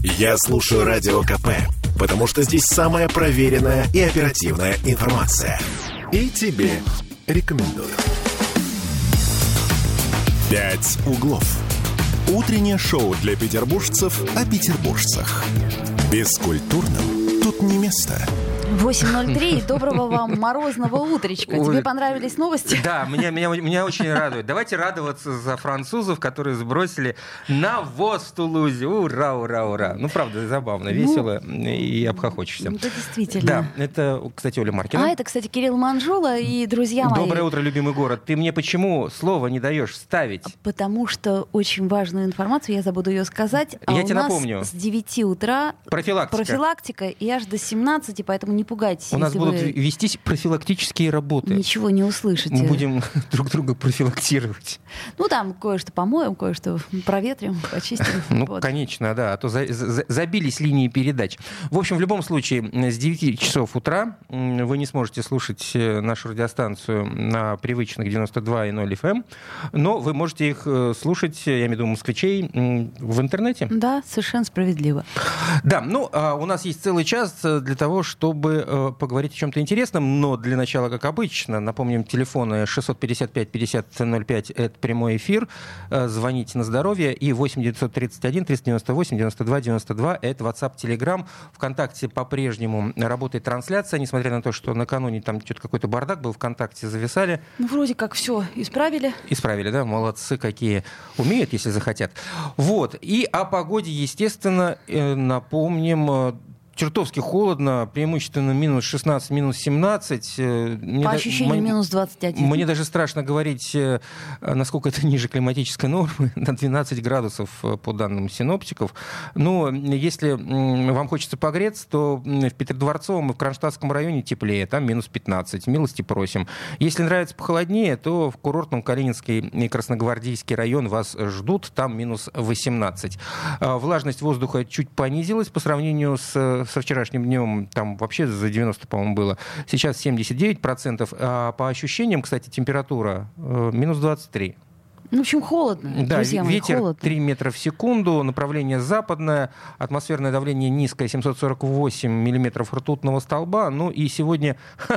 Я слушаю Радио КП, потому что здесь самая проверенная и оперативная информация. И тебе рекомендую. «Пять углов». Утреннее шоу для петербуржцев о петербуржцах. Бескультурным тут не место. 8:03. Доброго вам морозного утречка. Тебе понравились новости? Да, меня очень радует. Давайте радоваться за французов, которые сбросили навоз в Тулузе. Ура, ура, ура. Ну, правда, забавно, весело и обхохочешься. Да, действительно. Да, это, кстати, Оля Маркина. А это, кстати, Кирилл Манжула и друзья мои. Доброе утро, любимый город. Ты мне почему слово не даешь ставить? Потому что очень важную информацию, я забуду ее сказать. Я тебе напомню. С 9 утра профилактика и аж до 17, поэтому не пугайтесь. У нас будут вестись профилактические работы. Ничего не услышите. Мы будем друг друга профилактировать. Ну, там кое-что помоем, кое-что проветрим, почистим. Ну, конечно, да, а то забились линии передач. В общем, в любом случае, с 9 часов утра вы не сможете слушать нашу радиостанцию на привычных 92,0 FM, но вы можете их слушать, я имею в виду москвичей, в интернете. Да, совершенно справедливо. Да, ну, у нас есть целый час для того, чтобы поговорить о чем-то интересном, но для начала, как обычно, напомним, телефоны 655-5005 — это прямой эфир, звоните на здоровье, и 8-931-398-92-92 — это WhatsApp, Telegram, ВКонтакте по-прежнему работает трансляция, несмотря на то, что накануне там что-то какой-то бардак был, ВКонтакте зависали. Ну, вроде как все исправили. Исправили, да? Молодцы какие. Умеют, если захотят. Вот. И о погоде, естественно, напомним. Чертовски холодно, преимущественно минус 16, минус 17. По ощущениям минус 21. Мне даже страшно говорить, насколько это ниже климатической нормы, на 12 градусов по данным синоптиков. Но если вам хочется погреться, то в Петродворцовом и в Кронштадтском районе теплее, там минус 15, милости просим. Если нравится похолоднее, то в курортном Калининский и Красногвардейский район вас ждут, там минус 18. Влажность воздуха чуть понизилась по сравнению со вчерашним днем, там вообще за 90, по-моему, было. Сейчас 79%. А по ощущениям, кстати, температура минус 23. Ну, в общем, холодно, да, друзья мои, ветер холодно. 3 метра в секунду, направление западное, атмосферное давление низкое, 748 миллиметров ртутного столба. Ну и сегодня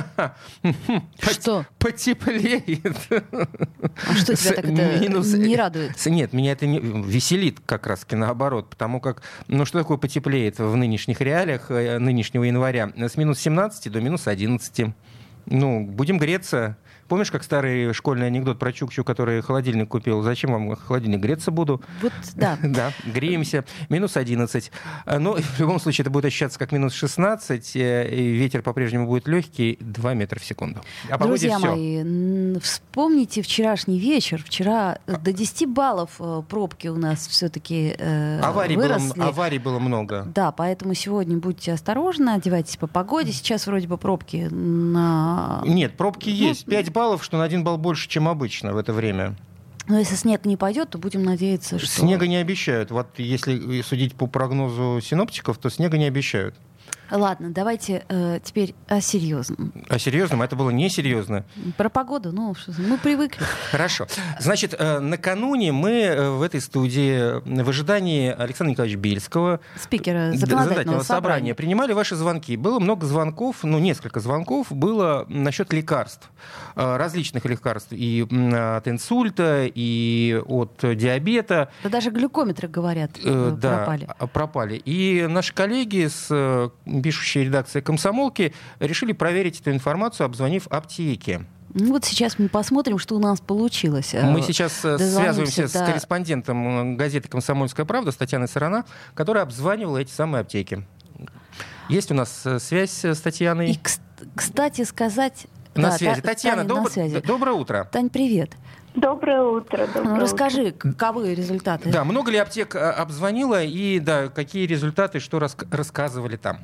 что? Потеплеет. А что тебя так это не радует? Нет, меня это не веселит как раз наоборот, потому как, ну что такое потеплеет в нынешних реалиях, нынешнего января? С минус 17 до минус 11. Ну, будем греться. Помнишь, как старый школьный анекдот про Чукчу, который холодильник купил? Зачем вам холодильник? Греться буду. Вот, да. Да, греемся. Минус 11. Но в любом случае это будет ощущаться как минус 16. И ветер по-прежнему будет легкий, 2 метра в секунду. А друзья мои, вспомните вчерашний вечер. Вчера до 10 баллов пробки у нас все-таки выросли. Аварий было много. Да, поэтому сегодня будьте осторожны, одевайтесь по погоде. Сейчас вроде бы пробки на... Нет, пробки есть. 5 баллов, что на 1 балл больше, чем обычно в это время. Но если снег не пойдет, то будем надеяться, что... Снега не обещают. Вот если судить по прогнозу синоптиков, то снега не обещают. Ладно, давайте теперь о серьезном. О серьезном? Это было несерьезно. Про погоду, мы привыкли. Хорошо. Значит, накануне мы в этой студии в ожидании Александра Николаевича Бельского, спикера законодательного собрания, принимали ваши звонки. Было много звонков, несколько звонков было насчет лекарств. Различных лекарств. И от инсульта, и от диабета. Да даже глюкометры, говорят, пропали. Да, пропали. И наши коллеги с пишущей редакции «Комсомолки» решили проверить эту информацию, обзвонив аптеки. Ну вот сейчас мы посмотрим, что у нас получилось. Мы сейчас связываемся с корреспондентом газеты «Комсомольская правда» с Татьяной Сарана, которая обзванивала эти самые аптеки. Есть у нас связь с Татьяной? И, кстати сказать... На связи. Татьяна, доброе утро. Тань, привет. Доброе утро. Расскажи, каковы результаты? Да, много ли аптек обзвонила и какие результаты, что рассказывали там?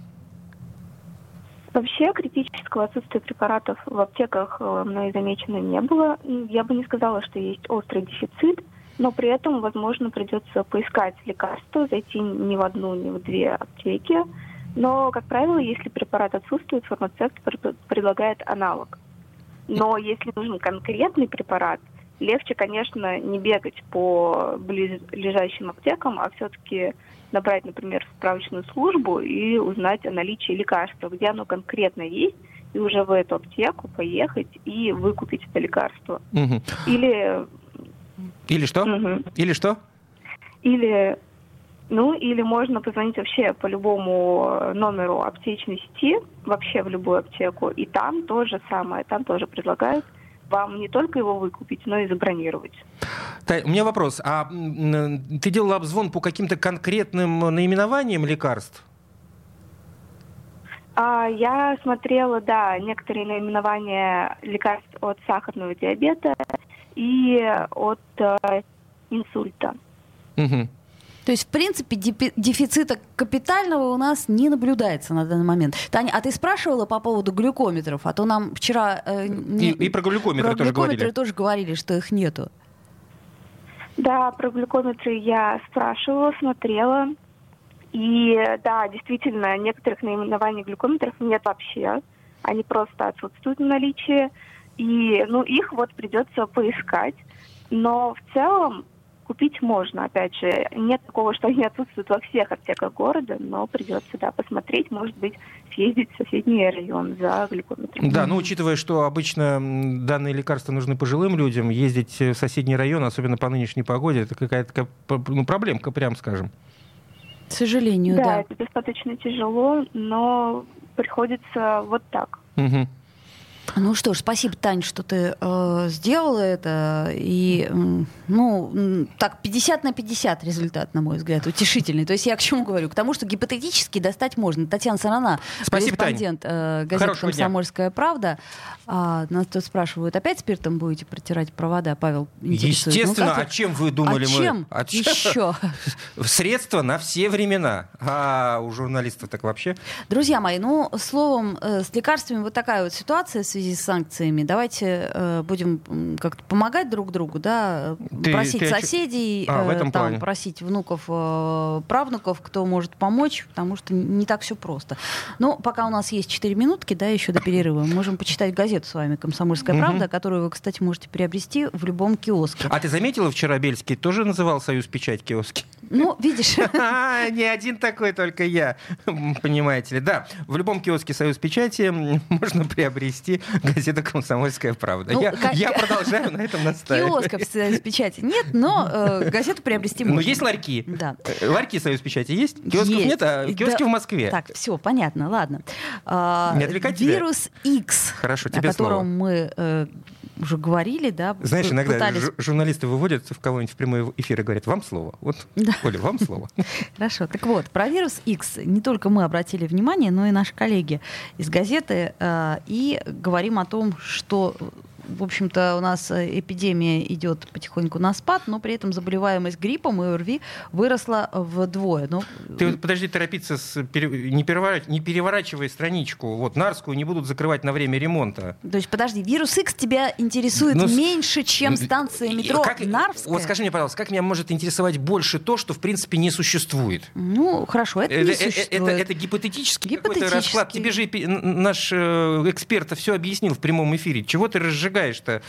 Вообще критического отсутствия препаратов в аптеках мной замечено не было. Я бы не сказала, что есть острый дефицит, но при этом, возможно, придется поискать лекарства, зайти не в одну, не в две аптеки. Но, как правило, если препарат отсутствует, фармацевт предлагает аналог. Но если нужен конкретный препарат, легче, конечно, не бегать по близлежащим аптекам, а все-таки набрать, например, справочную службу и узнать о наличии лекарства, где оно конкретно есть, и уже в эту аптеку поехать и выкупить это лекарство. Угу. Или что? Угу. Или что? Или можно позвонить вообще по любому номеру аптечной сети, вообще в любую аптеку, и там то же самое, там тоже предлагают вам не только его выкупить, но и забронировать. У меня вопрос. А ты делала обзвон по каким-то конкретным наименованиям лекарств? Я смотрела, некоторые наименования лекарств от сахарного диабета и от инсульта. Угу. То есть, в принципе, дефицита капитального у нас не наблюдается на данный момент. Таня, а ты спрашивала по поводу глюкометров? А то нам вчера... И про глюкометры тоже говорили, что их нету. Да, про глюкометры я спрашивала, смотрела. И да, действительно, некоторых наименований глюкометров нет вообще. Они просто отсутствуют в наличии. И их придется поискать. Но в целом купить можно, опять же. Нет такого, что они отсутствуют во всех аптеках города, но придется, посмотреть, может быть, съездить в соседний район за глюкометром. Да, учитывая, что обычно данные лекарства нужны пожилым людям, ездить в соседний район, особенно по нынешней погоде, это какая-то проблемка, прям скажем. К сожалению, да. Да, это достаточно тяжело, но приходится вот так. Угу. Ну что ж, спасибо, Тань, что ты сделала это. И, 50 на 50 результат, на мой взгляд, утешительный. То есть я к чему говорю? К тому, что гипотетически достать можно. Татьяна Сарана, корреспондент газеты «Комсомольская правда». Нас тут спрашивают, опять спиртом будете протирать провода? Павел интересует. Естественно, а чем вы думали мы? Чем еще? Средства на все времена. А у журналистов так вообще? Друзья мои, словом, с лекарствами вот такая вот ситуация в связи с санкциями. Давайте будем как-то помогать друг другу, просить соседей, просить внуков, правнуков, кто может помочь, потому что не так все просто. Но пока у нас есть 4 минутки, еще до перерыва, мы можем почитать газету с вами «Комсомольская правда», которую вы, кстати, можете приобрести в любом киоске. А ты заметила, вчера Бельский тоже называл «Союз Печать» киоски? Видишь. Не один такой, только я. Понимаете ли. Да, в любом киоске «Союз Печати» можно приобрести газету «Комсомольская правда». Я продолжаю на этом настаивать. Киосков «Союз Печати» нет, но газету приобрести можно. Но есть ларьки. Да. Ларьки «Союз Печати» есть? Киосков нет, а киоски в Москве. Так, все, понятно, ладно. Не отвлекать тебя? Вирус X, хорошо, о котором мы уже говорили, Знаешь, иногда журналисты выводят в кого-нибудь в прямой эфир и говорят: вам слово. Оля, вам слово. Хорошо. Так вот, про вирус X не только мы обратили внимание, но и наши коллеги из газеты. И говорим о том, что, в общем-то, у нас эпидемия идет потихоньку на спад, но при этом заболеваемость гриппом и ОРВИ выросла вдвое. Ты подожди торопиться, не переворачивай страничку. Нарскую не будут закрывать на время ремонта. То есть, подожди, вирус X тебя интересует меньше, чем станция метро Нарвская? Вот скажи мне, пожалуйста, как меня может интересовать больше то, что, в принципе, не существует? Хорошо, это не существует. Это гипотетический какой-то расклад. Тебе же наш эксперт все объяснил в прямом эфире. Чего ты разжигаешь-то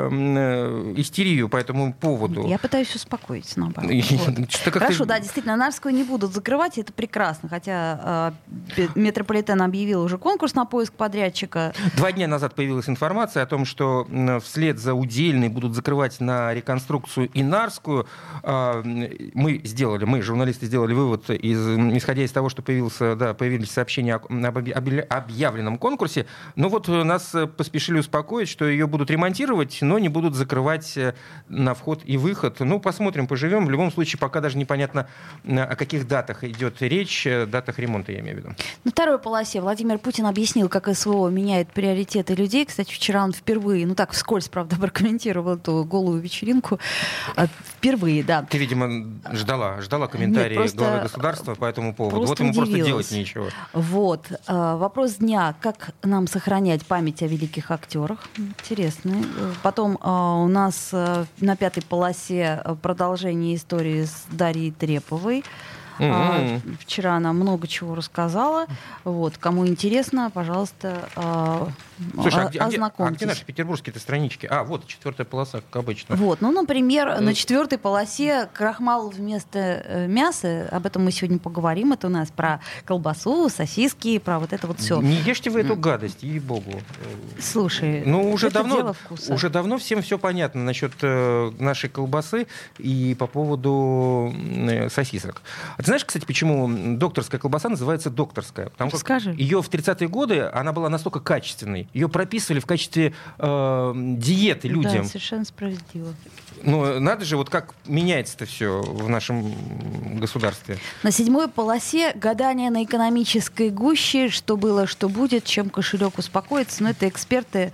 истерию по этому поводу? Я пытаюсь успокоить, наоборот. Хорошо, действительно, Нарвскую не будут закрывать, это прекрасно. Хотя метрополитен объявил уже конкурс на поиск подрядчика. 2 дня назад появилась информация о том, что вслед за Удельной будут закрывать на реконструкцию и Нарвскую. Мы, журналисты, сделали вывод, исходя из того, что появились сообщения об объявленном конкурсе. Но нас поспешили успокоить, что ее будут ремонтировать, но не будут закрывать на вход и выход. Посмотрим, поживем. В любом случае, пока даже непонятно, о каких датах идет речь, датах ремонта, я имею в виду. На второй полосе Владимир Путин объяснил, как СВО меняет приоритеты людей. Кстати, вчера он впервые, вскользь, правда, прокомментировал эту голую вечеринку. Впервые, да. Ты, видимо, ждала комментарии главы государства по этому поводу. Ему просто делать нечего. Вопрос дня. Как нам сохранять память о великих актерах? Интересно. Потом у нас на 5-й полосе продолжение истории с Дарьей Треповой. Вчера она много чего рассказала. Вот. Кому интересно, пожалуйста, слушай, ознакомьтесь. А где наши петербургские-то странички? Вот 4-я полоса, как обычно. Вот. Ну, например, на 4-й полосе крахмал вместо мяса. Об этом мы сегодня поговорим. Это у нас про колбасу, сосиски, про вот это вот все. Не ешьте вы эту гадость, ей-богу. Слушай, уже давно всем все понятно насчет нашей колбасы и по поводу сосисок. А ты знаешь, кстати, почему докторская колбаса называется докторская? Потому что ее в 30-е годы она была настолько качественной. Ее прописывали в качестве диеты людям. Да, совершенно справедливо. Ну, надо же, вот как меняется-то все в нашем государстве. На 7-й полосе гадание на экономической гуще, что было, что будет, чем кошелек успокоится. Но это эксперты.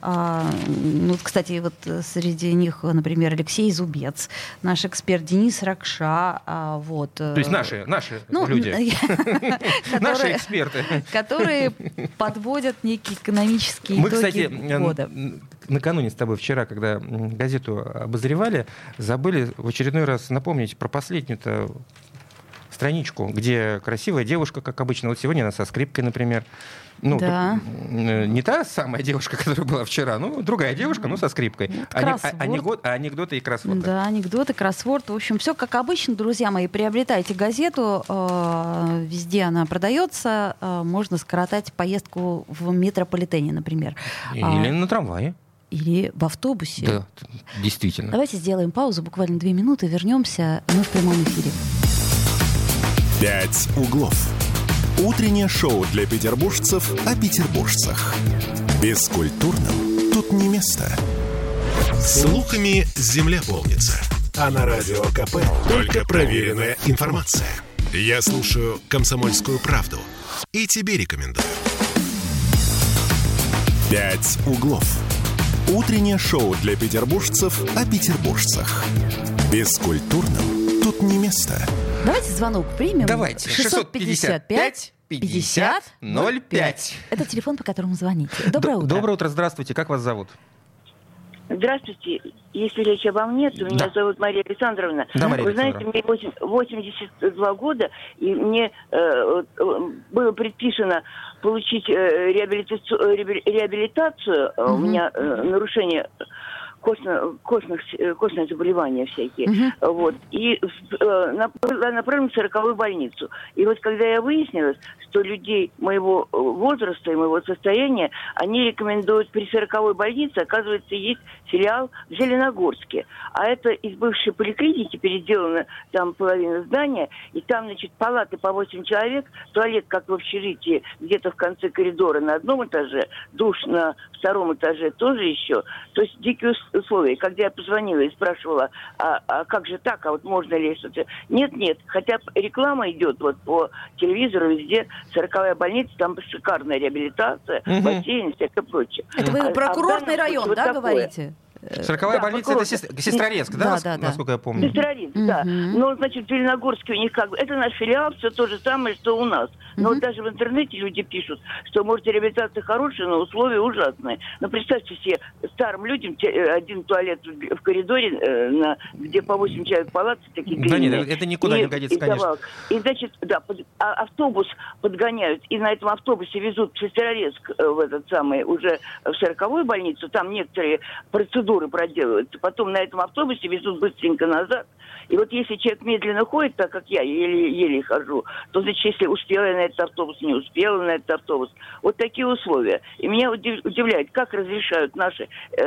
Ну, кстати, вот среди них, например, Алексей Зубец, наш эксперт Денис Ракша. Вот. То есть наши люди. Наши эксперты. Которые подводят некие экономические итоги года. Мы, кстати, накануне с тобой вчера, когда газету обозревали, забыли в очередной раз напомнить про последнюю-то страничку, где красивая девушка, как обычно. Вот сегодня она со скрипкой, например. Ну, да. Не та самая девушка, которая была вчера, другая девушка, со скрипкой. Анекдоты и кроссворд. Да, анекдоты, кроссворд. В общем, все как обычно, друзья мои. Приобретайте газету, везде она продается. Можно скоротать поездку в метрополитене, например. Или на трамвае. Или в автобусе. Да, действительно. Давайте сделаем паузу, буквально 2 минуты, вернемся. Мы в прямом эфире. «Пять углов». Утреннее шоу для петербуржцев о петербуржцах. Бескультурным тут не место. Слухами земля полнится. А на Радио КП только проверенная информация. Я слушаю «Комсомольскую правду» и тебе рекомендую. «Пять углов». Утреннее шоу для петербуржцев о петербуржцах. Бескультурным тут не место. Давайте звонок примем. Давайте. 655-50-05. Это телефон, по которому звоните. Доброе утро. Доброе утро, здравствуйте. Как вас зовут? Здравствуйте. Если речь обо мне, то меня зовут Мария Александровна. Да, Мария Вы знаете, мне 82 года, и мне было предписано получить реабилитацию. У меня нарушение костные заболевания всякие. Вот. И направлен в 40-ю больницу. И вот когда я выяснилась, что людей моего возраста и моего состояния, они рекомендуют при 40-й больнице, оказывается, есть филиал в Зеленогорске. А это из бывшей поликлиники переделано там половина здания, и там, значит, палаты по 8 человек, туалет, как в общежитии, где-то в конце коридора на 1 этаже, душ на 2 этаже тоже еще. То есть дикие условия. Когда я позвонила и спрашивала, а как же так, а вот можно ли что-то... Нет, хотя реклама идет вот по телевизору везде, 40-я больница, там шикарная реабилитация, бассейн, всякое прочее. Это вы про курортный район, вот да, говорите? 40-я больница, это Сестрорецк, да, насколько я помню? Сестрорецк, да. Но, значит, в Зеленогорске у них как бы... Это наш филиал, все то же самое, что у нас. Но вот даже в интернете люди пишут, что, может, реабилитация хорошая, но условия ужасные. Но представьте себе, старым людям один туалет в коридоре, где по 8 человек палаты, такие длинные. Да нет, это никуда не годится, конечно. И, значит, да, автобус подгоняют, и на этом автобусе везут в Сестрорецк, в этот самый, уже в 40-ю больницу, там некоторые процедуры проделывают. Потом на этом автобусе везут быстренько назад. И вот если человек медленно ходит, так как я еле хожу, то, значит, если успела я на этот автобус, не успела на этот автобус. Вот такие условия. И меня удивляет, как разрешают наши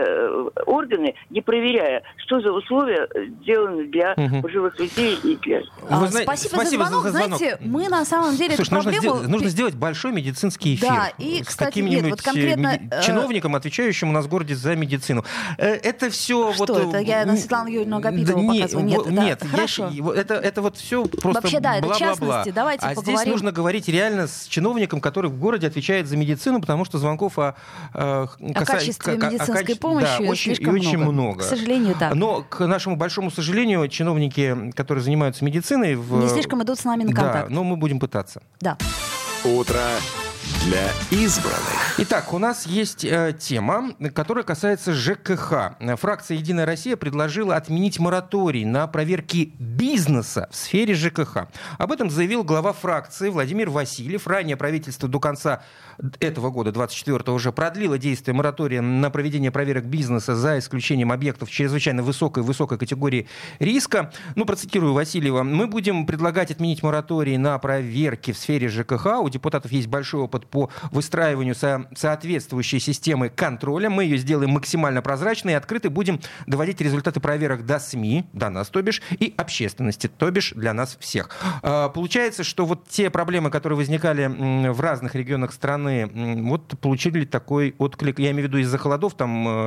органы, не проверяя, что за условия сделаны для пожилых людей и для... Спасибо за звонок. Знаете, мы на самом деле... Слушай, нужно сделать большой медицинский эфир. Да, и, с каким-нибудь чиновником, отвечающим у нас в городе за медицину. Это все... Что это? Я на Светлану Юрьевну Агапитову показываю. Нет, это вот все просто вообще, да, это бла-бла-бла. частности, давайте поговорим. Здесь нужно говорить реально с чиновником, который в городе отвечает за медицину, потому что звонков о качестве медицинской помощи очень много. К сожалению, так. Но, к нашему большому сожалению, чиновники, которые занимаются медициной... не слишком идут с нами на контакт. Да, но мы будем пытаться. Да. Утро для избранных. Итак, у нас есть тема, которая касается ЖКХ. Фракция «Единая Россия» предложила отменить мораторий на проверки бизнеса в сфере ЖКХ. Об этом заявил глава фракции Владимир Васильев. Ранее правительство до конца этого года, 24-го, уже продлило действие моратория на проведение проверок бизнеса за исключением объектов чрезвычайно высокой категории риска. Процитирую Васильева. «Мы будем предлагать отменить мораторий на проверки в сфере ЖКХ. У депутатов есть большой опыт по выстраиванию соответствующей системы контроля. Мы ее сделаем максимально прозрачной и открытой. Будем доводить результаты проверок до СМИ, до нас, то бишь, и общественности, то бишь, для нас всех». Получается, что вот те проблемы, которые возникали в разных регионах страны, получили такой отклик. Я имею в виду из-за холодов.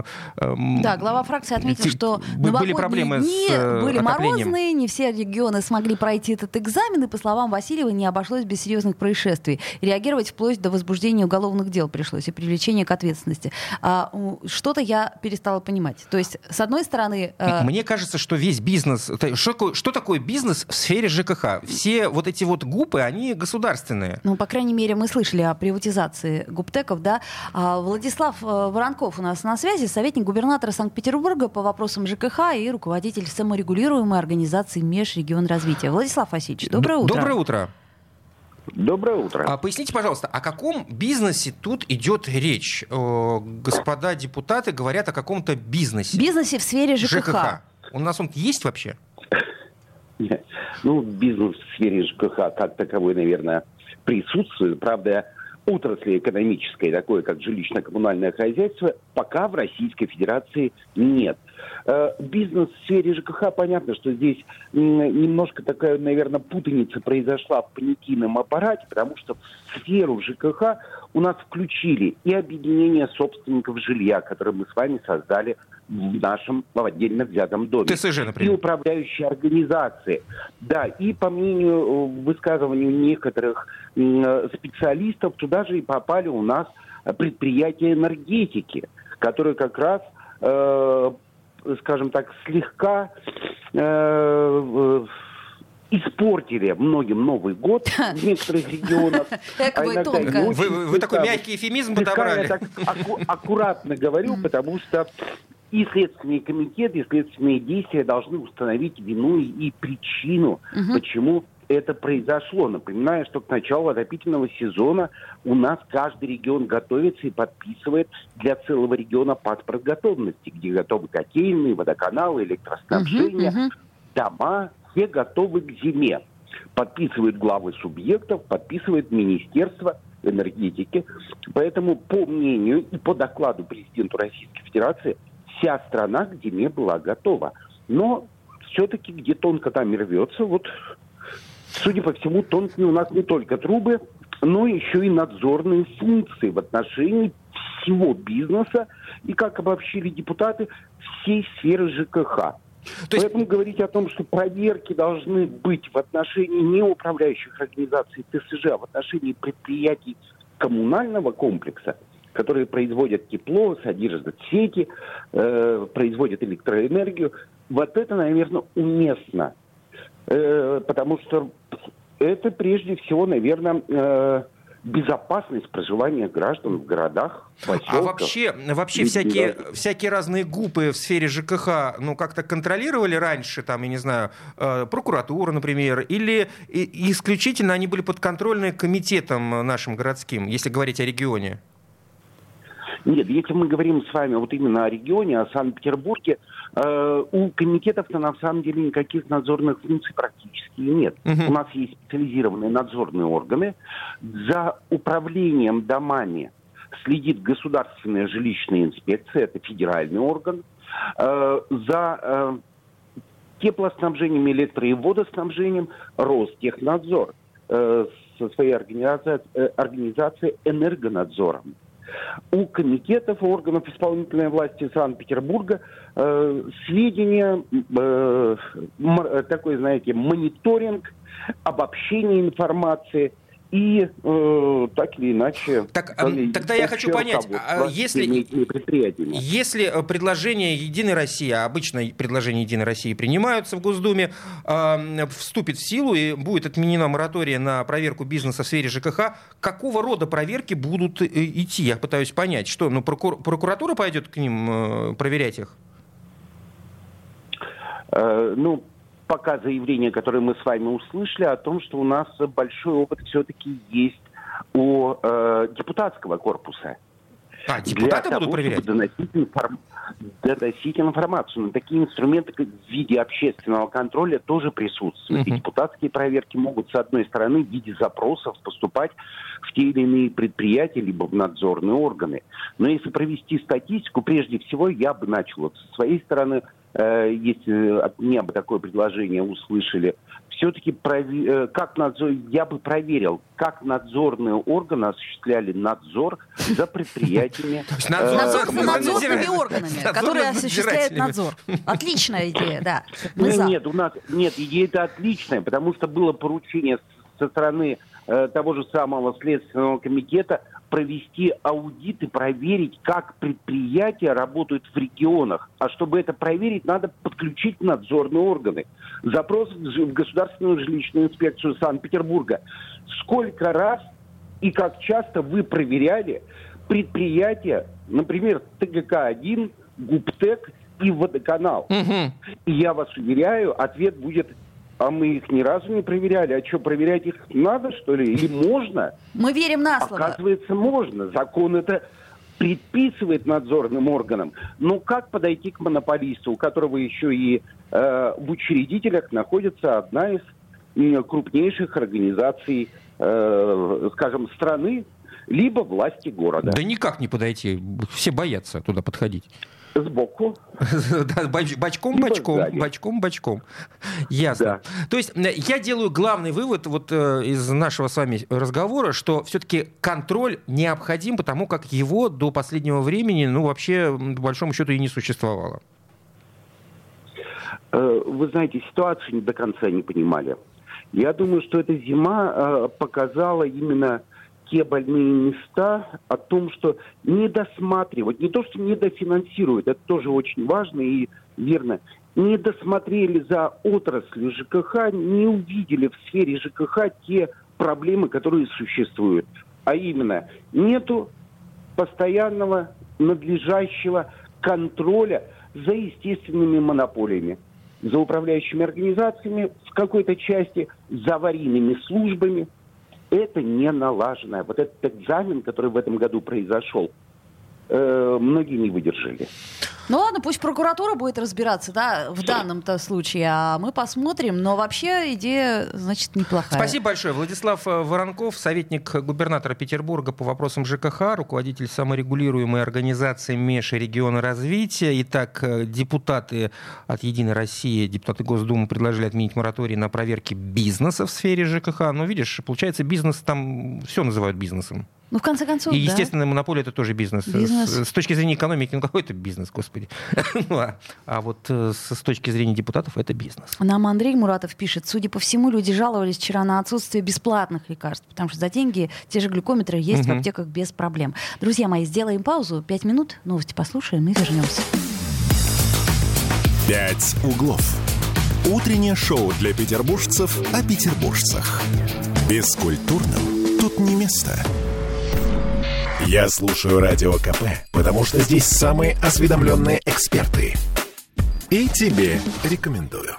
Да, глава фракции отметил, что были проблемы дни были морозные, не все регионы смогли пройти этот экзамен, и, по словам Васильева, не обошлось без серьезных происшествий. Реагировать вплоть до возбуждения уголовных дел пришлось и привлечения к ответственности. Что-то я перестала понимать. То есть, с одной стороны... Мне кажется, что весь бизнес... Что такое бизнес в сфере ЖКХ? Все вот эти вот ГУПы, они государственные. По крайней мере, мы слышали о приватизации ГУПТЭКов, да. Владислав Воронков у нас на связи, советник губернатора Санкт-Петербурга по вопросам ЖКХ и руководитель саморегулируемой организации Межрегионразвития. Владислав Васильевич, доброе утро. Доброе утро. Доброе утро. Поясните, пожалуйста, о каком бизнесе тут идет речь? Господа депутаты говорят о каком-то бизнесе. Бизнесе в сфере ЖКХ. У нас он есть вообще? Нет. Бизнес в сфере ЖКХ как таковой, наверное, присутствует. Правда, отрасли экономической, такой как жилищно-коммунальное хозяйство, пока в Российской Федерации нет. Бизнес в сфере ЖКХ, понятно, что здесь немножко такая, наверное, путаница произошла в понятийном аппарате, потому что в сферу ЖКХ у нас включили и объединение собственников жилья, которое мы с вами создали в нашем отдельно взятом доме. ТСЖ, например. И управляющие организации. Да, и по мнению, высказыванию некоторых специалистов, туда же и попали у нас предприятия энергетики, которые как раз, скажем так, слегка испортили многим Новый год в некоторых регионах. Вы такой мягкий эфемизм подобрали. Я так аккуратно говорю, потому что и Следственный комитет, и следственные действия должны установить вину и причину, почему это произошло. Напоминаю, что к началу отопительного сезона у нас каждый регион готовится и подписывает для целого региона паспорт готовности, где готовы котельные, водоканалы, электроснабжение, дома, все готовы к зиме. Подписывают главы субъектов, подписывает Министерство энергетики. Поэтому, по мнению и по докладу президенту Российской Федерации, вся страна к зиме была готова. Но все-таки где тонко там и рвется. Судя по всему, тонкие у нас не только трубы, но еще и надзорные функции в отношении всего бизнеса и, как обобщили депутаты, всей сферы ЖКХ. Поэтому говорить о том, что проверки должны быть в отношении не управляющих организаций ТСЖ, а в отношении предприятий коммунального комплекса, которые производят тепло, содержат сети, производят электроэнергию, это, наверное, уместно. Потому что это прежде всего, наверное, безопасность проживания граждан в городах, поселках. А вообще всякие разные ГУПы в сфере ЖКХ, как-то контролировали раньше, я не знаю, прокуратура, например, или исключительно они были подконтрольны комитетом нашим городским, если говорить о регионе? Нет, если мы говорим с вами именно о регионе, о Санкт-Петербурге, у комитетов-то на самом деле никаких надзорных функций практически нет. У нас есть специализированные надзорные органы. За управлением домами следит Государственная жилищная инспекция, это федеральный орган. За теплоснабжением, электро- и водоснабжением Ростехнадзор со своей организацией «Энергонадзором». У комитетов, органов исполнительной власти Санкт-Петербурга сведения, такой, мониторинг, обобщение информации и так или иначе... Тогда я хочу понять, если предложения «Единой России», обычно предложения «Единой России» принимаются в Госдуме, вступит в силу и будет отменена моратория на проверку бизнеса в сфере ЖКХ, какого рода проверки будут идти? Я пытаюсь понять, что прокуратура пойдет к ним проверять их? Пока заявление, которое мы с вами услышали, о том, что у нас большой опыт все-таки есть у депутатского корпуса. Депутаты будут проверять? Доносить информацию. Но такие инструменты в виде общественного контроля тоже присутствуют. И депутатские проверки могут, с одной стороны, в виде запросов поступать в те или иные предприятия, либо в надзорные органы. Но если провести статистику, прежде всего, я бы начал со своей стороны, если от меня бы такое предложение услышали, все-таки я бы проверил, как надзорные органы осуществляли надзор за предприятиями. Надзор за надзорными органами, которые осуществляют надзор. Отличная идея, да. Нет, идея-то отличная, потому что было поручение со стороны того же самого Следственного комитета провести аудит и проверить, как предприятия работают в регионах. А чтобы это проверить, надо подключить надзорные органы. Запрос в Государственную жилищную инспекцию Санкт-Петербурга. Сколько раз и как часто вы проверяли предприятия, например, ТГК-1, ГУПТЭК и Водоканал? И я вас уверяю, ответ будет: а мы их ни разу не проверяли. А что, проверять их надо, что ли? Или можно? Мы верим на слово. Оказывается, можно. Закон это предписывает надзорным органам. Но как подойти к монополисту, у которого еще и в учредителях находится одна из крупнейших организаций, скажем, страны, либо власти города? Да никак не подойти. Все боятся туда подходить. Сбоку. Бочком. Ясно. Да. То есть я делаю главный вывод из нашего с вами разговора, что все-таки контроль необходим, потому как его до последнего времени, вообще, по большому счету, и не существовало. Вы знаете, ситуацию не до конца не понимали. Я думаю, что эта зима показала именно те больные места о том, что не досматривать, не то, что не дофинансируют, это тоже очень важно и верно, не досмотрели за отраслью ЖКХ, не увидели в сфере ЖКХ те проблемы, которые существуют. А именно, нету постоянного, надлежащего контроля за естественными монополиями, за управляющими организациями, в какой-то части за аварийными службами. Это не налаженное. Вот этот экзамен, который в этом году произошел, многие не выдержали. Ну ладно, пусть прокуратура будет разбираться, да, в данном-то случае, а мы посмотрим. Но вообще идея, значит, неплохая. Спасибо большое. Владислав Воронков, советник губернатора Петербурга по вопросам ЖКХ, руководитель саморегулируемой организации Межрегиона развития. Итак, депутаты от «Единой России», депутаты Госдумы предложили отменить мораторий на проверки бизнеса в сфере ЖКХ. Но видишь, получается, бизнес там все называют бизнесом. В конце концов, и естественная монополия — это тоже бизнес. С точки зрения экономики, какой это бизнес, господи. А вот с точки зрения депутатов это бизнес. Нам Андрей Муратов пишет: судя по всему, люди жаловались вчера на отсутствие бесплатных лекарств, потому что за деньги те же глюкометры есть в аптеках без проблем. Друзья мои, сделаем паузу, 5 минут, новости послушаем и вернемся. «Пять углов». Утреннее шоу для петербуржцев о петербуржцах. Бескультурным тут не место. Я слушаю Радио КП, потому что здесь самые осведомленные эксперты. И тебе рекомендую.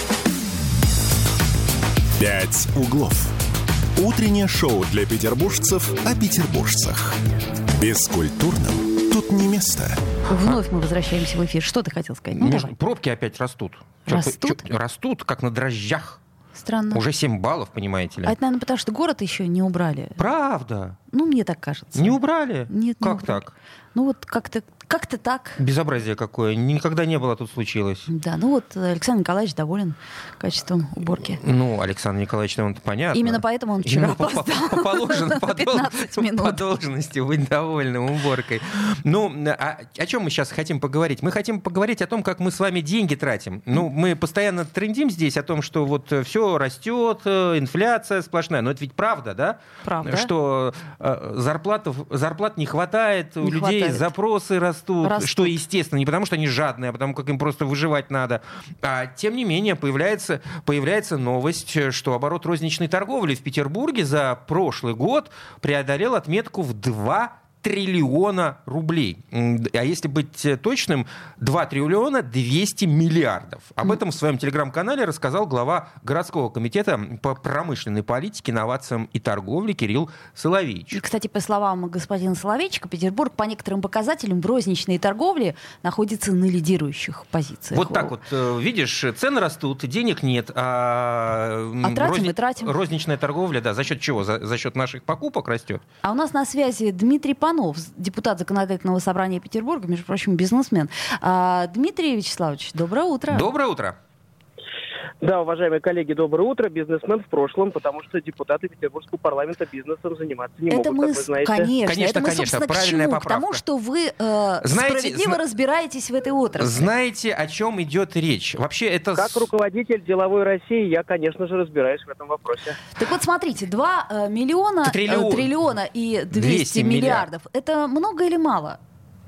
«Пять углов». Утреннее шоу для петербуржцев о петербуржцах. Бескультурным тут не место. Вновь мы возвращаемся в эфир. Что ты хотел сказать? Пробки опять растут. Растут, как на дрожжах. Странно. Уже 7 баллов, понимаете ли. А это, наверное, потому что город еще не убрали. Правда? Мне так кажется. Не убрали? Нет, как не убрали. Так? Как-то Как-то так. Безобразие какое. Никогда не было, тут случилось. Да, ну вот Александр Николаевич доволен качеством уборки. Ну, Александр Николаевич, он понятно. Именно поэтому он вчера опоздал. Положено на 15 минут. По должности быть довольным уборкой. Ну, о чем мы сейчас хотим поговорить? Мы хотим поговорить о том, как мы с вами деньги тратим. Ну, мы постоянно трендим здесь о том, что вот все растет, инфляция сплошная. Но это ведь правда, да? Правда. Что зарплат не хватает, у людей запросы растут, что естественно, не потому что они жадные, а потому как им просто выживать надо. А тем не менее появляется новость, что оборот розничной торговли в Петербурге за прошлый год преодолел отметку в 2 триллиона рублей. А если быть точным, 2 триллиона 200 миллиардов. Об этом в своем телеграм-канале рассказал глава городского комитета по промышленной политике, инновациям и торговле Кирилл Соловейчик. И, кстати, по словам господина Соловейчика, Петербург по некоторым показателям в розничной торговле находится на лидирующих позициях. Вот так вот, видишь, цены растут, денег нет, тратим. Розничная торговля, да, за счет чего? За счет наших покупок растет. А у нас на связи Дмитрий Панов, депутат Законодательного собрания Петербурга, между прочим, бизнесмен. Дмитрий Вячеславович, доброе утро. Доброе утро. Да, уважаемые коллеги, доброе утро. Бизнесмен в прошлом, потому что депутаты Петербургского парламента бизнесом заниматься не могут, как вы знаете. Конечно, собственно, правильная поправка. К тому, что вы справедливо разбираетесь в этой отрасли. Знаете, о чем идет речь? Вообще это... Как руководитель деловой России, я, конечно же, разбираюсь в этом вопросе. Так вот, смотрите, 2 триллиона и 200 миллиардов. Это много или мало?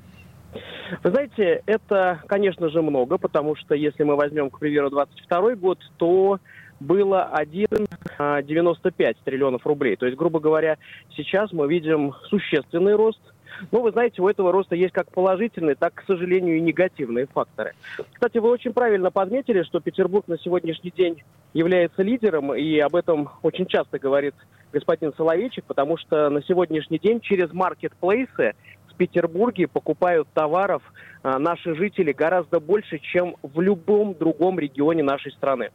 Вы знаете, это, конечно же, много, потому что если мы возьмем, к примеру, 22 год, то было 1,95 триллионов рублей. То есть, грубо говоря, сейчас мы видим существенный рост. Но вы знаете, у этого роста есть как положительные, так, к сожалению, и негативные факторы. Кстати, вы очень правильно подметили, что Петербург на сегодняшний день является лидером, и об этом очень часто говорит господин Соловейчик, потому что на сегодняшний день через маркетплейсы в Петербурге покупают товаров наши жители гораздо больше, чем в любом другом регионе нашей страны.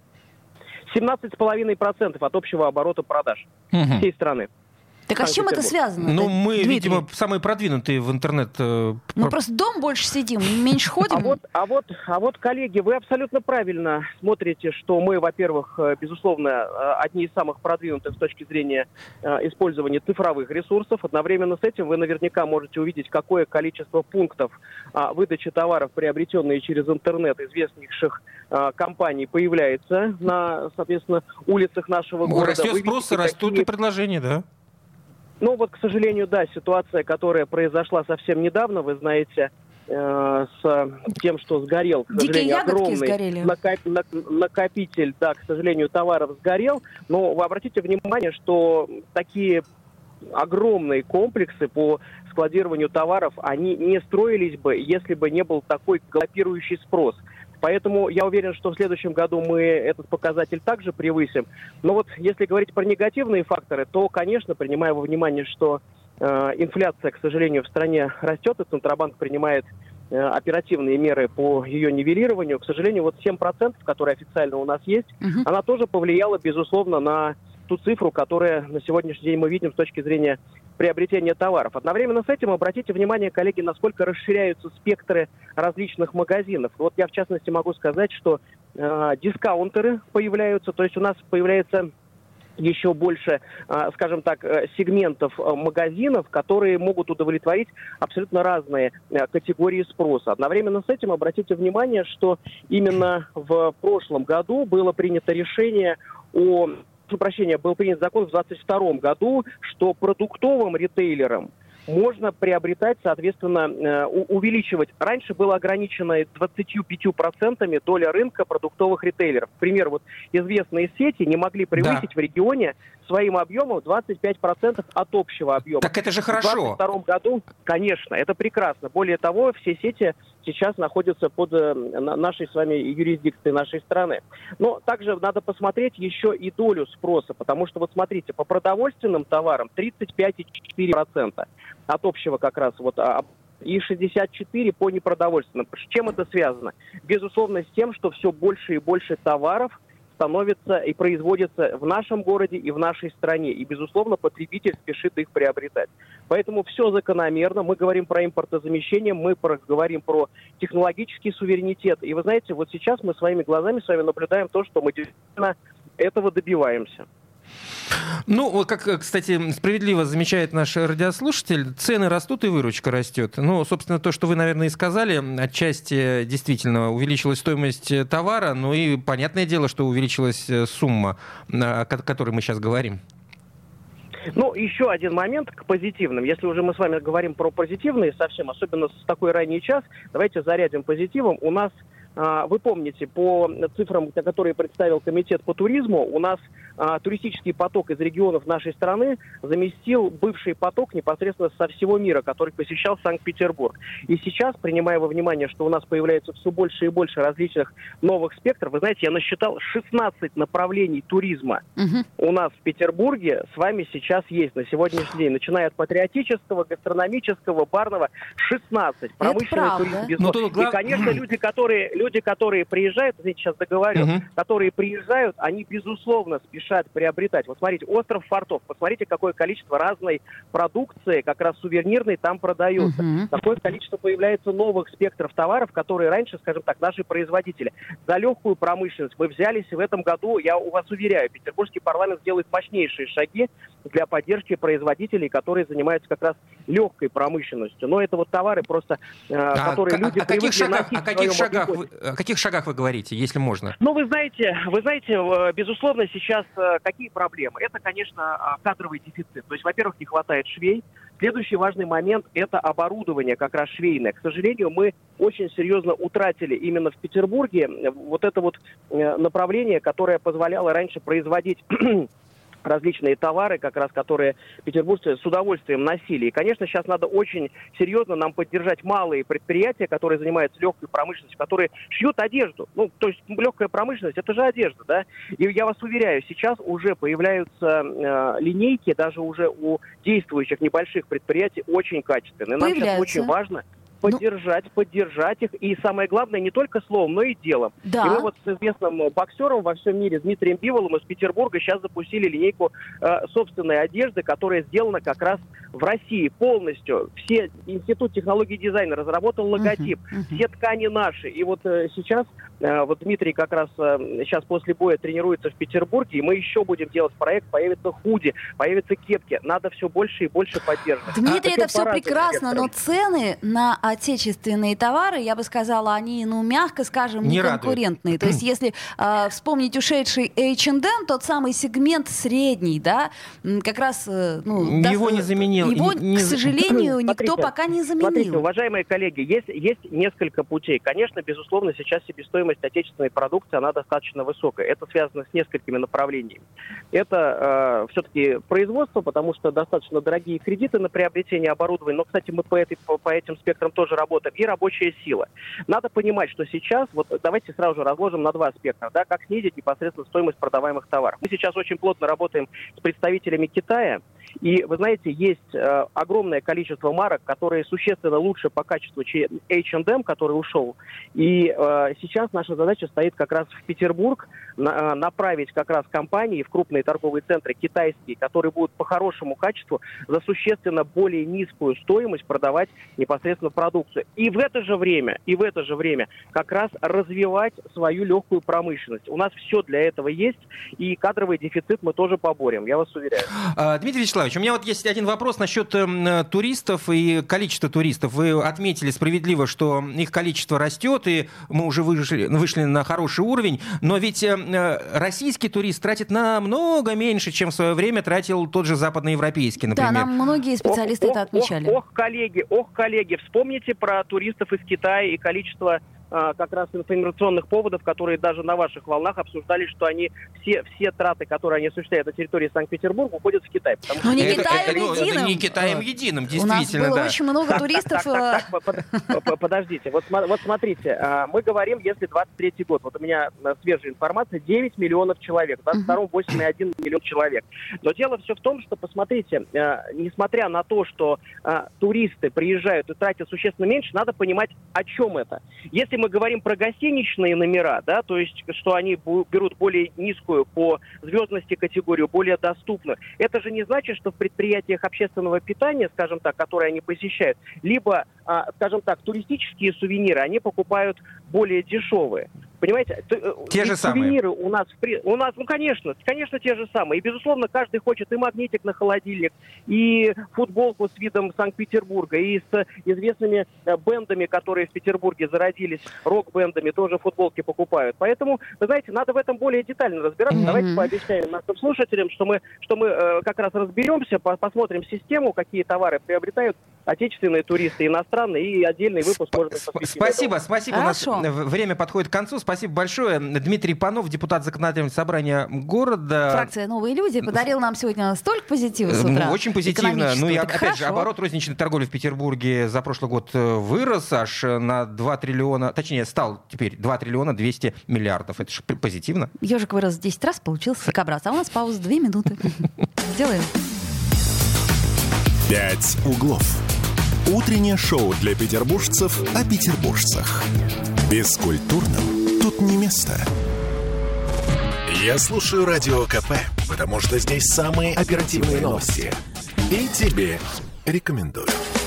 17,5% от общего оборота продаж всей страны. Так а с чем это связано? Ну, мы, Дмитрий, видимо, самые продвинутые в интернет. Мы просто дома больше сидим, меньше ходим. А вот, коллеги, вы абсолютно правильно смотрите, что мы, во-первых, безусловно, одни из самых продвинутых с точки зрения использования цифровых ресурсов. Одновременно с этим вы наверняка можете увидеть, какое количество пунктов выдачи товаров, приобретенные через интернет известнейших компаний, появляется на, соответственно, улицах нашего города. Растет спрос, растут и предложения, да? Ну вот, к сожалению, да, ситуация, которая произошла совсем недавно, вы знаете, с тем, что сгорел, к сожалению, огромный накопитель, да, к сожалению, товаров сгорел. Но вы обратите внимание, что такие огромные комплексы по складированию товаров, они не строились бы, если бы не был такой галопирующий спрос. Поэтому я уверен, что в следующем году мы этот показатель также превысим. Но вот если говорить про негативные факторы, то, конечно, принимая во внимание, что инфляция, к сожалению, в стране растет, и Центробанк принимает оперативные меры по ее нивелированию, к сожалению, вот 7%, которые официально у нас есть, она тоже повлияла, безусловно, на ту цифру, которую на сегодняшний день мы видим с точки зрения приобретения товаров. Одновременно с этим обратите внимание, коллеги, насколько расширяются спектры различных магазинов. Вот я, в частности, могу сказать, что дискаунтеры появляются, то есть у нас появляется еще больше, скажем так, сегментов магазинов, которые могут удовлетворить абсолютно разные категории спроса. Одновременно с этим обратите внимание, что именно в прошлом году было принято решение был принят закон в 2022 году, что продуктовым ритейлерам можно приобретать, соответственно, увеличивать. Раньше было ограничено 25% доля рынка продуктовых ритейлеров. Например, вот известные сети не могли превысить в регионе своим объемом 25% от общего объема. Так это же хорошо. В 2022 году, конечно, это прекрасно. Более того, все сети сейчас находятся под нашей с вами юрисдикцией нашей страны. Но также надо посмотреть еще и долю спроса, потому что, вот смотрите, по продовольственным товарам 35,4% от общего как раз и 64% по непродовольственным. С чем это связано? Безусловно, с тем, что все больше и больше товаров становятся и производятся в нашем городе и в нашей стране. И, безусловно, потребитель спешит их приобретать. Поэтому все закономерно. Мы говорим про импортозамещение, мы говорим про технологический суверенитет. И вы знаете, вот сейчас мы своими глазами с вами наблюдаем то, что мы действительно этого добиваемся. Ну, вот как, кстати, справедливо замечает наш радиослушатель, цены растут и выручка растет. Ну, собственно, то, что вы, наверное, и сказали, отчасти действительно увеличилась стоимость товара, но и понятное дело, что увеличилась сумма, о которой мы сейчас говорим. Ну, еще один момент к позитивным. Если уже мы с вами говорим про позитивные совсем, особенно в такой ранний час, давайте зарядим позитивом. У нас, вы помните, по цифрам, которые представил Комитет по туризму, у нас туристический поток из регионов нашей страны заместил бывший поток непосредственно со всего мира, который посещал Санкт-Петербург. И сейчас, принимая во внимание, что у нас появляется все больше и больше различных новых спектров, вы знаете, я насчитал 16 направлений туризма у нас в Петербурге с вами сейчас есть на сегодняшний день. Начиная от патриотического, гастрономического, барного, 16. Промышленный туризм, безусловно. И, конечно, люди, которые приезжают, извините, сейчас договорю, которые приезжают, они, безусловно, спешат приобретать. Вот смотрите, остров Фортов, посмотрите, какое количество разной продукции, как раз сувенирной, там продается. Какое количество появляется новых спектров товаров, которые раньше, скажем так, наши производители. За легкую промышленность мы взялись, и в этом году, я у вас уверяю, Петербургский парламент сделает мощнейшие шаги для поддержки производителей, которые занимаются как раз легкой промышленностью. Но это вот товары просто, которые люди привыкли носить. О каких шагах вы говорите, если можно? Ну, вы знаете, безусловно, сейчас какие проблемы? Это, конечно, кадровый дефицит. То есть, во-первых, не хватает швей. Следующий важный момент – это оборудование, как раз швейное. К сожалению, мы очень серьезно утратили именно в Петербурге вот это вот направление, которое позволяло раньше производить различные товары, как раз которые петербуржцы с удовольствием носили. И, конечно, сейчас надо очень серьезно нам поддержать малые предприятия, которые занимаются легкой промышленностью, которые шьют одежду. Ну, то есть легкая промышленность – это же одежда, да? И я вас уверяю, сейчас уже появляются линейки, даже уже у действующих небольших предприятий, очень качественные. Нам сейчас очень важно поддержать их. И самое главное, не только словом, но и делом. Да. И мы вот с известным боксером во всем мире, Дмитрием Биволом из Петербурга, сейчас запустили линейку собственной одежды, которая сделана как раз в России полностью. Институт технологий и дизайна разработал логотип. Все ткани наши. И вот сейчас, вот Дмитрий как раз сейчас после боя тренируется в Петербурге, и мы еще будем делать проект, появятся худи, появятся кепки. Надо все больше и больше поддерживать. Дмитрий, это все прекрасно, но цены на отечественные товары, я бы сказала, они, мягко скажем, не конкурентные. То есть, если вспомнить ушедший H&M, тот самый сегмент средний, да, как раз... его не заменил. Его, к сожалению, никто пока не заменил. Смотрите, уважаемые коллеги, есть несколько путей. Конечно, безусловно, сейчас себестоимость отечественной продукции, она достаточно высокая. Это связано с несколькими направлениями. Это все-таки производство, потому что достаточно дорогие кредиты на приобретение оборудования. Но, кстати, мы по этим спектрам тоже работаем. И рабочая сила. Надо понимать, что сейчас, вот давайте сразу же разложим на два спектра, да, как снизить непосредственно стоимость продаваемых товаров. Мы сейчас очень плотно работаем с представителями Китая. И, вы знаете, есть огромное количество марок, которые существенно лучше по качеству, чем H&M, который ушел. И сейчас наша задача стоит как раз в Петербург направить как раз компании в крупные торговые центры китайские, которые будут по хорошему качеству за существенно более низкую стоимость продавать непосредственно продукцию. И в это же время как раз развивать свою легкую промышленность. У нас все для этого есть, и кадровый дефицит мы тоже поборем, я вас уверяю. Дмитрий Вячеславович, у меня вот есть один вопрос насчет туристов и количества туристов. Вы отметили справедливо, что их количество растет, и мы уже вышли на хороший уровень, но ведь российский турист тратит намного меньше, чем в свое время тратил тот же западноевропейский, например. Да, нам многие специалисты это отмечали. Коллеги, вспомните про туристов из Китая и количество как раз информационных поводов, которые даже на ваших волнах обсуждали, что они все траты, которые они осуществляют на территории Санкт-Петербурга, уходят в Китай. Но не Китаем единым. Это не Китаем единым, действительно. У нас было очень много туристов. Подождите, вот смотрите, мы говорим, если 23-й год, вот у меня свежая информация, 9 миллионов человек, в 22-м 8,1 миллион человек. Но дело все в том, что, посмотрите, несмотря на то, что туристы приезжают и тратят существенно меньше, надо понимать, о чем это. Если мы говорим про гостиничные номера, да, то есть, что они берут более низкую по звездности категорию, более доступную, это же не значит, что в предприятиях общественного питания, скажем так, которые они посещают, либо, скажем так, туристические сувениры, они покупают более дешевые. Понимаете? Те же самые. Сувениры у нас, ну, конечно, те же самые. И, безусловно, каждый хочет и магнитик на холодильник, и футболку с видом Санкт-Петербурга, и с известными бэндами, которые в Петербурге зародились, рок-бэндами, тоже футболки покупают. Поэтому, вы знаете, надо в этом более детально разбираться. Давайте пообещаем нашим слушателям, что мы как раз разберемся, посмотрим систему, какие товары приобретают отечественные туристы, иностранные, и отдельный выпуск можно посвятить. Спасибо. У нас время подходит к концу. Спасибо большое. Дмитрий Панов, депутат Законодательного собрания города. Фракция «Новые люди» подарил нам сегодня столько позитива с утра. Очень позитивно. Ну и опять же, оборот розничной торговли в Петербурге за прошлый год вырос аж на 2 триллиона, точнее, стал теперь 2 триллиона 200 миллиардов. Это же позитивно. Ежик вырос в 10 раз, получился дикобраз. А у нас пауза 2 минуты. Сделаем. «Пять углов». Утреннее шоу для петербуржцев о петербуржцах. Бескультурным тут не место. Я слушаю Радио КП, потому что здесь самые оперативные новости. И тебе рекомендую.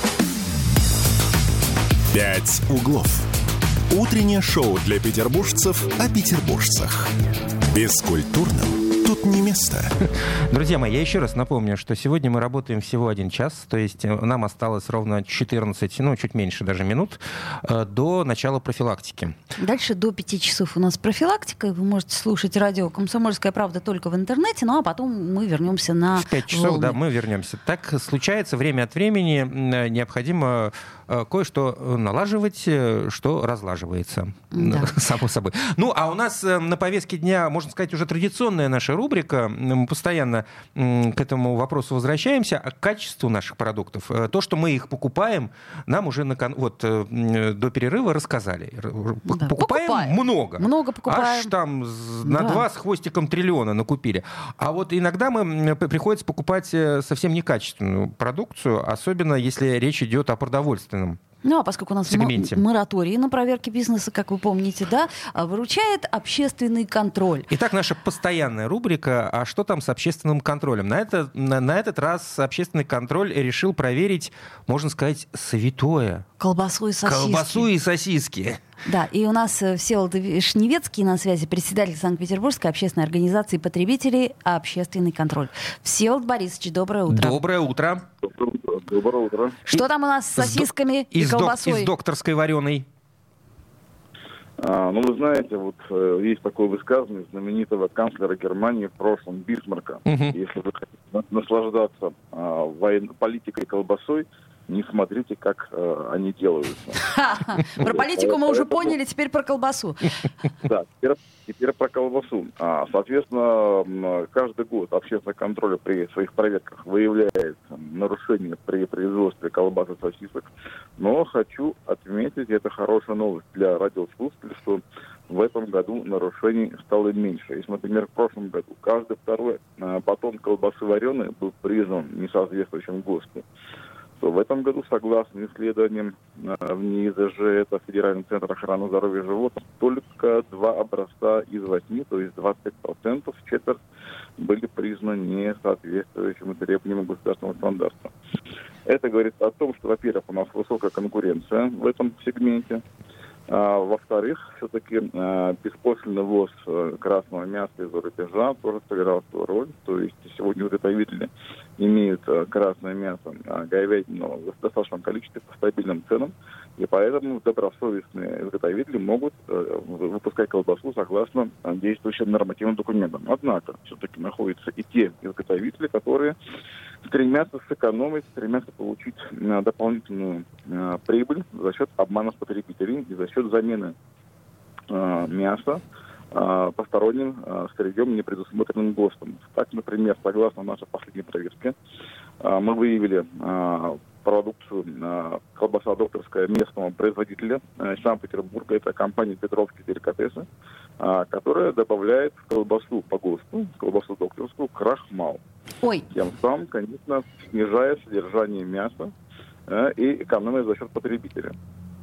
«Пять углов». Утреннее шоу для петербуржцев о петербуржцах. Бескультурным тут не место. Друзья мои, я еще раз напомню, что сегодня мы работаем всего 1 час, то есть нам осталось ровно 14, ну, чуть меньше даже минут до начала профилактики. Дальше до 5 часов у нас профилактика, вы можете слушать радио «Комсомольская правда» только в интернете, ну, а потом мы вернемся на в 5 часов, волны. Да, мы вернемся. Так случается время от времени, необходимо кое-что налаживать, что разлаживается, да. Само собой. Ну, а у нас на повестке дня, можно сказать, уже традиционная наша рубрика. Мы постоянно к этому вопросу возвращаемся. А к качеству наших продуктов, то, что мы их покупаем, нам уже до перерыва рассказали. Да. Покупаем много. Много покупаем. Аж там на 2 с хвостиком триллиона накупили. А вот иногда приходится покупать совсем некачественную продукцию, особенно если речь идет о продовольственном. Ну, а поскольку у нас мораторий на проверки бизнеса, как вы помните, да, выручает общественный контроль. Итак, наша постоянная рубрика «А что там с общественным контролем?». На этот раз общественный контроль решил проверить, можно сказать, святое. Колбасу и сосиски. Да, и у нас Всеволод Вишневецкий на связи, председатель Санкт-Петербургской общественной организации потребителей «Общественный контроль». Всеволод Борисович, доброе утро. Доброе утро. Доброе утро. Что там у нас с сосисками и колбасой? Из докторской вареной. Вы знаете, вот есть такое высказывание знаменитого канцлера Германии в прошлом, Бисмарка. Если вы хотите наслаждаться политикой и колбасой, не смотрите, как они делаются. Про политику мы уже поняли, теперь про колбасу. Да, теперь про колбасу. Соответственно, каждый год общественный контроль при своих проверках выявляет нарушения при производстве колбас и сосисок. Но хочу отметить, это хорошая новость для радиослушателей, что в этом году нарушений стало меньше. Если, например, в прошлом году каждый второй батон колбасы вареной был признан несоответствующим ГОСТу, то в этом году, согласно исследованиям в НИИЗЖ, это Федеральный центр охраны здоровья животных, только 2 образца из 8, то есть 25%, четверть, были признаны несоответствующими требованиям государственного стандарта. Это говорит о том, что, во-первых, у нас высокая конкуренция в этом сегменте. Во-вторых, все-таки беспошлинный ввоз красного мяса из-за рубежа тоже сыграл свою роль. То есть сегодня изготовители имеют красное мясо, говядину в достаточном количестве по стабильным ценам. И поэтому добросовестные изготовители могут выпускать колбасу согласно действующим нормативным документам. Однако все-таки находятся и те изготовители, которые стремятся сэкономить, стремятся получить дополнительную прибыль за счет обмана потребителей и за счет замены мяса посторонним сырьем, не предусмотренным ГОСТом. Так, например, согласно нашей последней проверке, мы выявили продукцию колбаса докторская местного производителя из Санкт-Петербурга, это компания «Петровские деликатесы», которая добавляет в колбасу по ГОСТу, колбасу докторскую, крахмал. Ой. Тем самым, конечно, снижая содержание мяса и экономия за счет потребителя.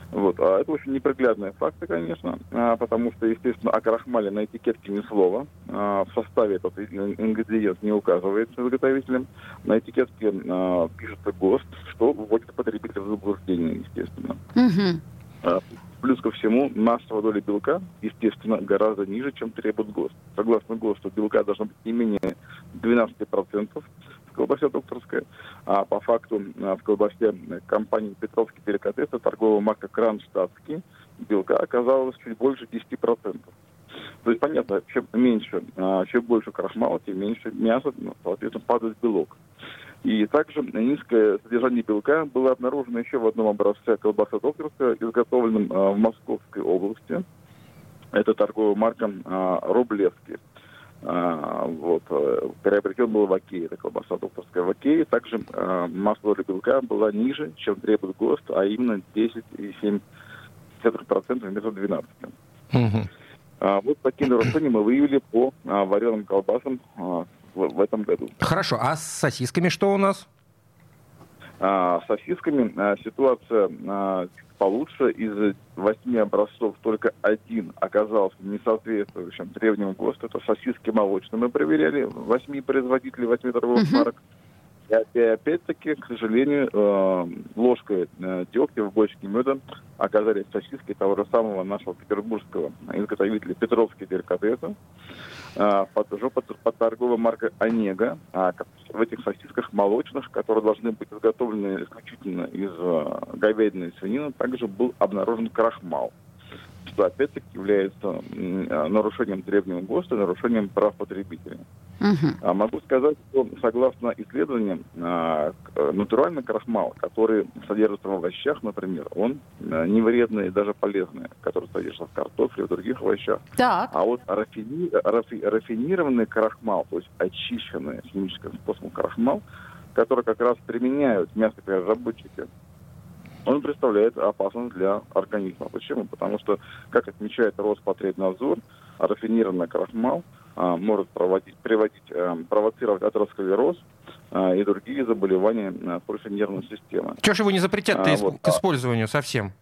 Вот. А это очень неприглядные факты, конечно, потому что, естественно, о крахмале на этикетке ни слова. В составе этот ингредиент не указывается изготовителем. На этикетке пишется ГОСТ, что вводит потребителя в заблуждение, естественно. Плюс ко всему, массовая доля белка, естественно, гораздо ниже, чем требует ГОСТ. Согласно ГОСТу, белка должно быть не менее 12% в колбасе докторской, а по факту в колбасе компании «Петровский деликатес», торговая марка «Кронштадтский», белка оказалось чуть больше 10%. То есть, понятно, чем больше крахмала, тем меньше мяса, соответственно, падает белок. И также низкое содержание белка было обнаружено еще в одном образце колбасы докторской, изготовленном в Московской области. Это торговая марка «Рублевский». Приобретен был в Окее, это колбаса докторская в Окее. Также масса доли белка была ниже, чем требует ГОСТ, а именно 10,7% вместо 12%. Вот такие нарушения мы выявили по вареным колбасам в этом году. Хорошо, а с сосисками что у нас? С сосисками ситуация получше. Из 8 образцов только один оказался несоответствующим требованиям ГОСТ. Это сосиски молочные мы проверяли. 8 производителей, 8 торговых марок. И опять-таки, к сожалению, ложкой дегтя в бочке меда оказались сосиски того же самого нашего петербургского изготовителя «Петровский деликатес», под торговой маркой «Онега». В этих сосисках молочных, которые должны быть изготовлены исключительно из говядины и свинины, также был обнаружен крахмал, что опять-таки является нарушением требований ГОСТа, нарушением прав потребителя. Могу сказать, что согласно исследованиям, натуральный крахмал, который содержится в овощах, например, он не вредный, даже полезный, который содержится в картофеле и в других овощах. Так. А вот рафинированный крахмал, то есть очищенный химическим способом крахмал, который как раз применяют мясопереработчики, он представляет опасность для организма. Почему? Потому что, как отмечает Роспотребнадзор, рафинированный крахмал может провоцировать атеросклероз и другие заболевания почечной нервной системы. Чего же его не запретят к использованию совсем?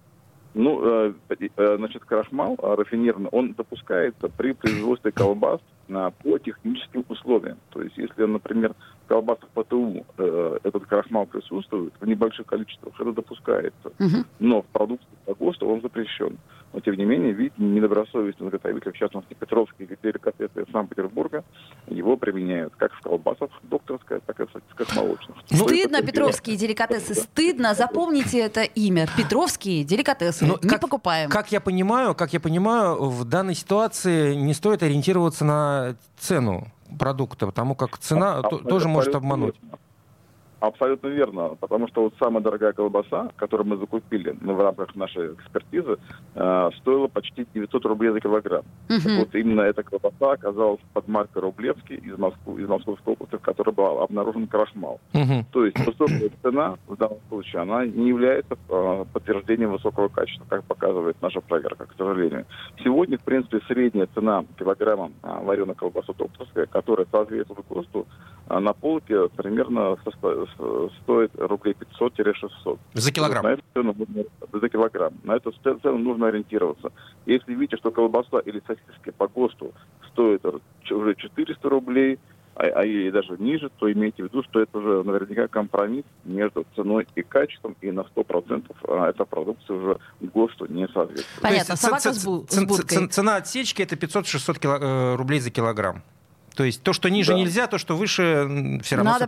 Значит, крахмал рафинированный, он допускается при производстве колбас по техническим условиям. То есть, если, например, в колбасах ПТУ этот крахмал присутствует в небольших количествах, это допускается. Но в продукции по ГОСТу он запрещен. Но, тем не менее, видите, недобросовестные изготовители, в частности, Петровский деликатес из Санкт-Петербурга, его применяют как в колбасах докторской, так и в сосисках молочных. Стыдно, Петровские деликатесы, стыдно. Запомните это имя. Петровские деликатесы. Не покупаем. Как я понимаю, в данной ситуации не стоит ориентироваться на цену продукта, потому как цена тоже может обмануть. Абсолютно верно, потому что вот самая дорогая колбаса, которую мы закупили в рамках нашей экспертизы, стоила почти 900 рублей за килограмм. Вот именно эта колбаса оказалась под маркой «Рублевский» из Московской области, в которой был обнаружен крахмал. То есть высокая цена в данном случае, она не является подтверждением высокого качества, как показывает наша проверка, к сожалению. Сегодня, в принципе, средняя цена килограмма вареной колбасы докторской, которая соответствует ГОСТу, на полке примерно стоит рублей 500-600. За килограмм? За килограмм. На эту цену нужно ориентироваться. Если видите, что колбаса или сосиски по ГОСТу стоят уже 400 рублей, и даже ниже, то имейте в виду, что это уже наверняка компромисс между ценой и качеством, и на 100% эта продукция уже ГОСТу не соответствует. Понятно, собака с будкой. Цена отсечки — это 500-600 рублей за килограмм. То есть то, что ниже нельзя, то, что выше, все равно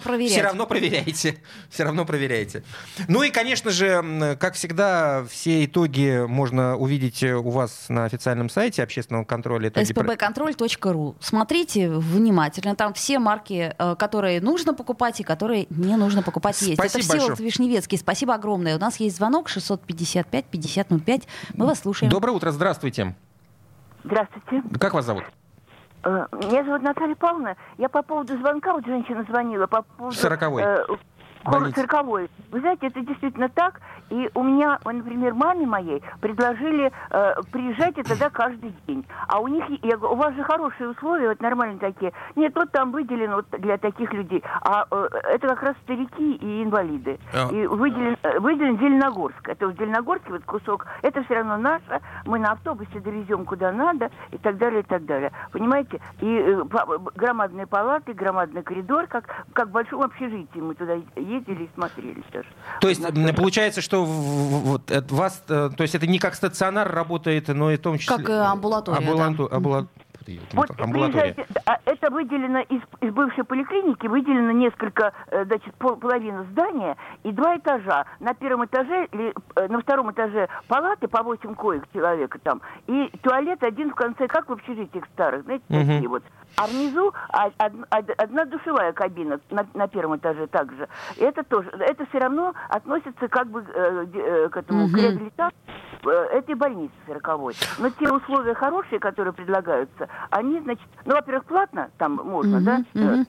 проверяйте. Ну и, конечно же, как всегда, все итоги можно увидеть у вас на официальном сайте общественного контроля. spbcontrol.ru. Смотрите внимательно. Там все марки, которые нужно покупать и которые не нужно покупать, есть. Спасибо Это Всеволод Вишневецкий. Спасибо огромное. У нас есть звонок 655-5005. Мы вас слушаем. Доброе утро. Здравствуйте. Здравствуйте. Как вас зовут? Меня зовут Наталья Павловна. Я по поводу звонка, вот женщина звонила, по поводу... 40-й. цирковой. Вы знаете, это действительно так. И у меня, например, маме моей предложили приезжайте тогда каждый день. А у них, я говорю, у вас же хорошие условия, вот нормальные такие. Нет, вот там выделено вот для таких людей. А это как раз старики и инвалиды. И выделен Зеленогорск. Это в Зеленогорске вот кусок. Это все равно наше. Мы на автобусе довезем куда надо и так далее, и так далее. Понимаете? И громадные палаты, громадный коридор, как в большом общежитии. Мы туда ездили и смотрели даже. То есть получается, что вот вас, то есть это не как стационар работает, но и в том числе... Как амбулатория. Вот приезжайте, это выделено из бывшей поликлиники, выделено несколько, значит, половина здания и 2 этажа. На первом этаже, на втором этаже палаты по 8 коек человека там, и туалет один в конце, как в общежитиях старых, знаете, такие вот. А внизу одна душевая кабина на первом этаже также. И это тоже, это все равно относится как бы к этому, к реабилитации этой больницы 40-й. Но те условия хорошие, которые предлагаются, они, значит, во-первых, платно там можно, да,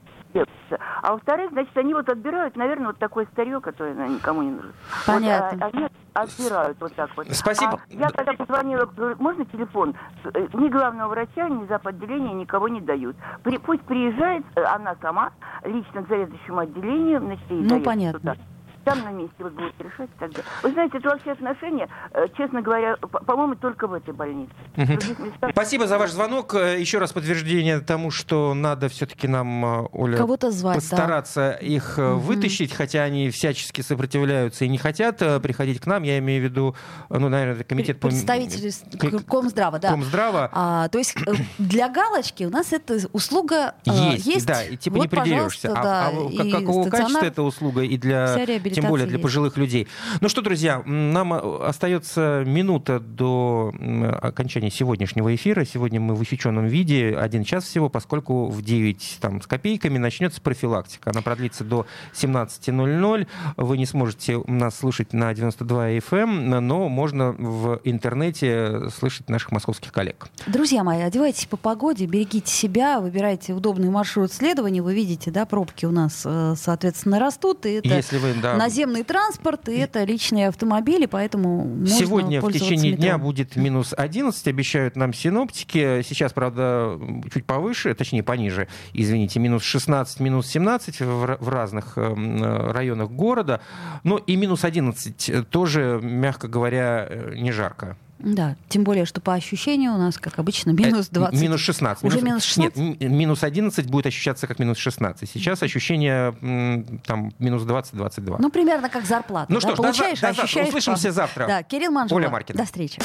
а во-вторых, значит, они вот отбирают, наверное, вот такое старье, которое никому не нужно. Понятно. Вот, они отбирают вот так вот. Спасибо. Я когда позвонила, можно телефон? Ни главного врача, ни зав. Отделения никого не дают. Пусть приезжает она сама, лично к заведующему отделению, значит, и понятно. Туда. Там на месте вот будет решать тогда. Вы знаете, это вообще отношения, честно говоря, по-моему, только в этой больнице. Спасибо за ваш звонок. Еще раз подтверждение тому, что надо все-таки нам, Оля, кого-то звать, постараться их вытащить, хотя они всячески сопротивляются и не хотят приходить к нам. Я имею в виду, наверное, комитет... Представители Комздрава, да. Комздрава. То есть для галочки у нас эта услуга есть. Да, и типа вот, не придерешься. Какого качества эта услуга и для... Тем более для пожилых людей. Ну что, друзья, нам остается минута до окончания сегодняшнего эфира. Сегодня мы в усеченном виде, 1 час всего, поскольку в 9 с копейками начнется профилактика. Она продлится до 17:00. Вы не сможете нас слышать на 92 FM, но можно в интернете слышать наших московских коллег. Друзья мои, одевайтесь по погоде, берегите себя, выбирайте удобный маршрут следования. Вы видите, да, пробки у нас, соответственно, растут. И это... Если вы, наземный транспорт, и это личные автомобили, поэтому можно сегодня в течение метро. дня будет минус 11, обещают нам синоптики. Сейчас, правда, чуть повыше, точнее пониже, извините, минус 16, минус 17 в разных районах города. Но и минус 11 тоже, мягко говоря, не жарко. Да, тем более, что по ощущению у нас, как обычно, минус 20. Минус 16. Уже минус 16? Нет, минус 11 будет ощущаться как минус 16. Сейчас ощущение там минус 20-22. Ну, примерно как зарплата. Ну что ж, получаешь, до завтра. Услышимся завтра. Да, Кирилл Манжула. Оля Маркина. До встречи.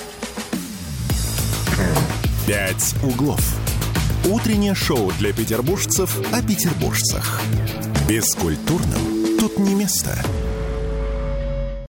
«Пять углов». Утреннее шоу для петербуржцев о петербуржцах. Бескультурным тут не место.